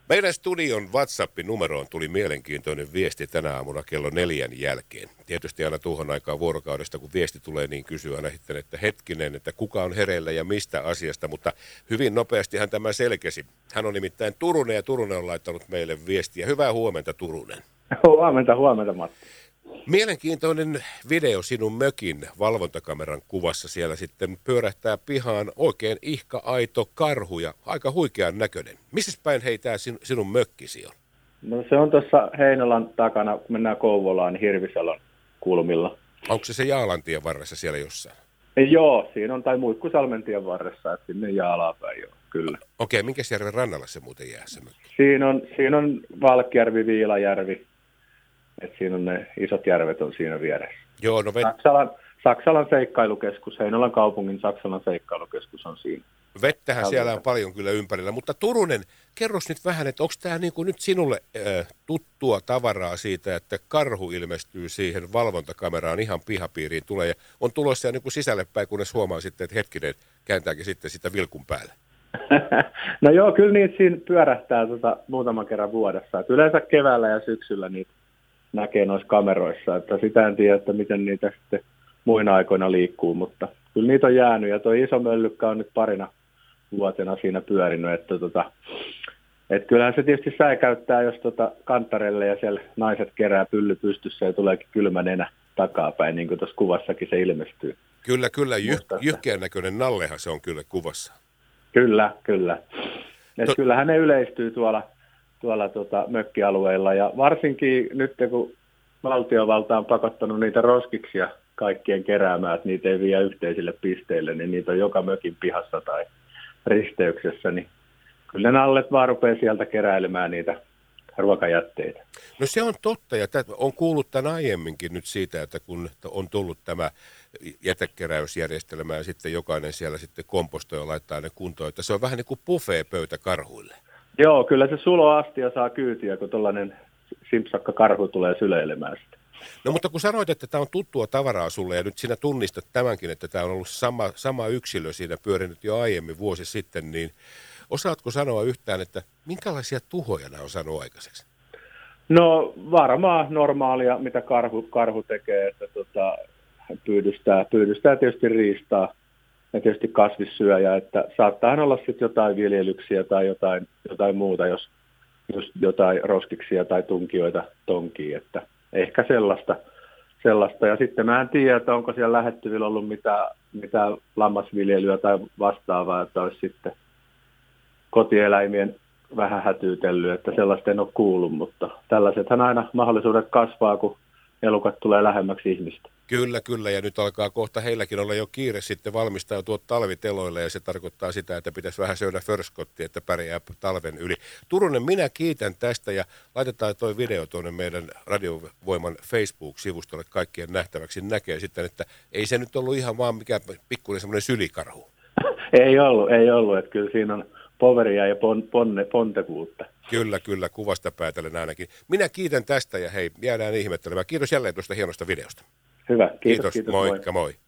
Meidän studion WhatsApp-numeroon tuli mielenkiintoinen viesti tänä aamuna kello 4 jälkeen. Tietysti aina tuohon aikaan vuorokaudesta, kun viesti tulee, niin kysyy aina sitten, että hetkinen, että kuka on hereillä ja mistä asiasta, mutta hyvin nopeastihan tämä selkesi. Hän on nimittäin Turunen ja Turunen on laittanut meille viestiä. Hyvää huomenta, Turunen. Huomenta, Matti. Mielenkiintoinen video sinun mökin valvontakameran kuvassa. Siellä sitten pyörähtää pihaan oikein ihka-aito karhu ja aika huikean näköinen. Missä päin hei tämä sinun mökkisi on? No se on tuossa Heinolan takana, kun mennään Kouvolaan, niin Hirvisalon kulmilla. Onko se Jaalantien varressa siellä jossain? Joo, siinä on, tai Muikkusalmentien varressa, että sinne Jaalaan päin joo, kyllä. Okei, minkä järven rannalla se muuten jää se mökki? Siinä on Valkjärvi, Viilajärvi, että siinä on ne isot järvet on siinä vieressä. Joo, no Saksalan seikkailukeskus, Heinolan kaupungin Saksalan seikkailukeskus on siinä. Vettähän siellä on paljon kyllä ympärillä, mutta Turunen, kerros nyt vähän, että onko tämä niin kuin nyt sinulle tuttua tavaraa siitä, että karhu ilmestyy siihen valvontakameraan ihan pihapiiriin tulee ja on tulossa niin kuin sisälle päin, kunnes huomaa sitten, että hetkinen, kääntääkin sitten sitä vilkun päälle. No joo, kyllä niitä siinä pyörähtää muutaman kerran vuodessa. Et yleensä keväällä ja syksyllä niitä näkee noissa kameroissa, että sitä en tiedä, että miten niitä sitten muina aikoina liikkuu, mutta kyllä niitä on jäänyt ja tuo iso möllykkä on nyt parina vuotena siinä pyörinyt, että kyllähän se tietysti säikäyttää, jos kanttarelle ja siellä naiset kerää pylly pystyssä ja tuleekin kylmä nenä takapäin, niin kuin tuossa kuvassakin se ilmestyy. Kyllä, jyhkeän näköinen nallehan se on kyllä kuvassa. Kyllä. Kyllähän ne yleistyy tuolla mökkialueilla ja varsinkin nyt kun valtiovalta on pakottanut niitä roskiksia kaikkien keräämään, että niitä ei vie yhteisille pisteille, niin niitä on joka mökin pihassa tai risteyksessä, niin kyllä ne nallet vaan rupeaa sieltä keräilemään niitä ruokajätteitä. No se on totta, ja on kuullut tämän aiemminkin nyt siitä, että kun on tullut tämä jätekeräysjärjestelmä ja sitten jokainen siellä sitten kompostoi ja laittaa ne kuntoon, että se on vähän niin kuin buffet-pöytä karhuille. Joo, kyllä se suloastia saa kyytiä, kun tuollainen simpsakka karhu tulee syleilemään sitä. No mutta kun sanoit, että tämä on tuttua tavaraa sulle ja nyt sinä tunnistat tämänkin, että tämä on ollut sama yksilö siinä pyörinyt jo aiemmin vuosi sitten, niin osaatko sanoa yhtään, että minkälaisia tuhoja nämä on saanut aikaiseksi? No varmaan normaalia, mitä karhu tekee, että pyydystää tietysti riistaa ja tietysti kasvissyöjä, että saattaa olla sitten jotain viljelyksiä tai jotain muuta, jos jotain roskiksia tai tunkioita tonkii, että ehkä sellaista. Ja sitten mä en tiedä, että onko siellä lähettyvillä ollut mitään lammasviljelyä tai vastaavaa, että olisi sitten kotieläimien vähän hätyytellyt, että sellaista en ole kuullut, mutta tällaisethan aina mahdollisuudet kasvaa, kun elukat tulee lähemmäksi ihmistä. Kyllä, ja nyt alkaa kohta heilläkin olla jo kiire sitten valmistautua talviteloille, ja se tarkoittaa sitä, että pitäisi vähän syödä förskottia, että pärjää talven yli. Turunen, minä kiitän tästä, ja laitetaan toi video tuonne meidän Radiovoiman Facebook-sivustolle kaikkien nähtäväksi, näkee sitten, että ei se nyt ollut ihan vaan mikään pikkuinen semmoinen sylikarhu. Ei ollut, että kyllä siinä on poveria ja pontevuutta. Kyllä, kuvasta päätellen ainakin. Minä kiitän tästä ja hei, jäädään ihmettelemään. Kiitos jälleen tuosta hienosta videosta. Hyvä, kiitos. Moikka, moi.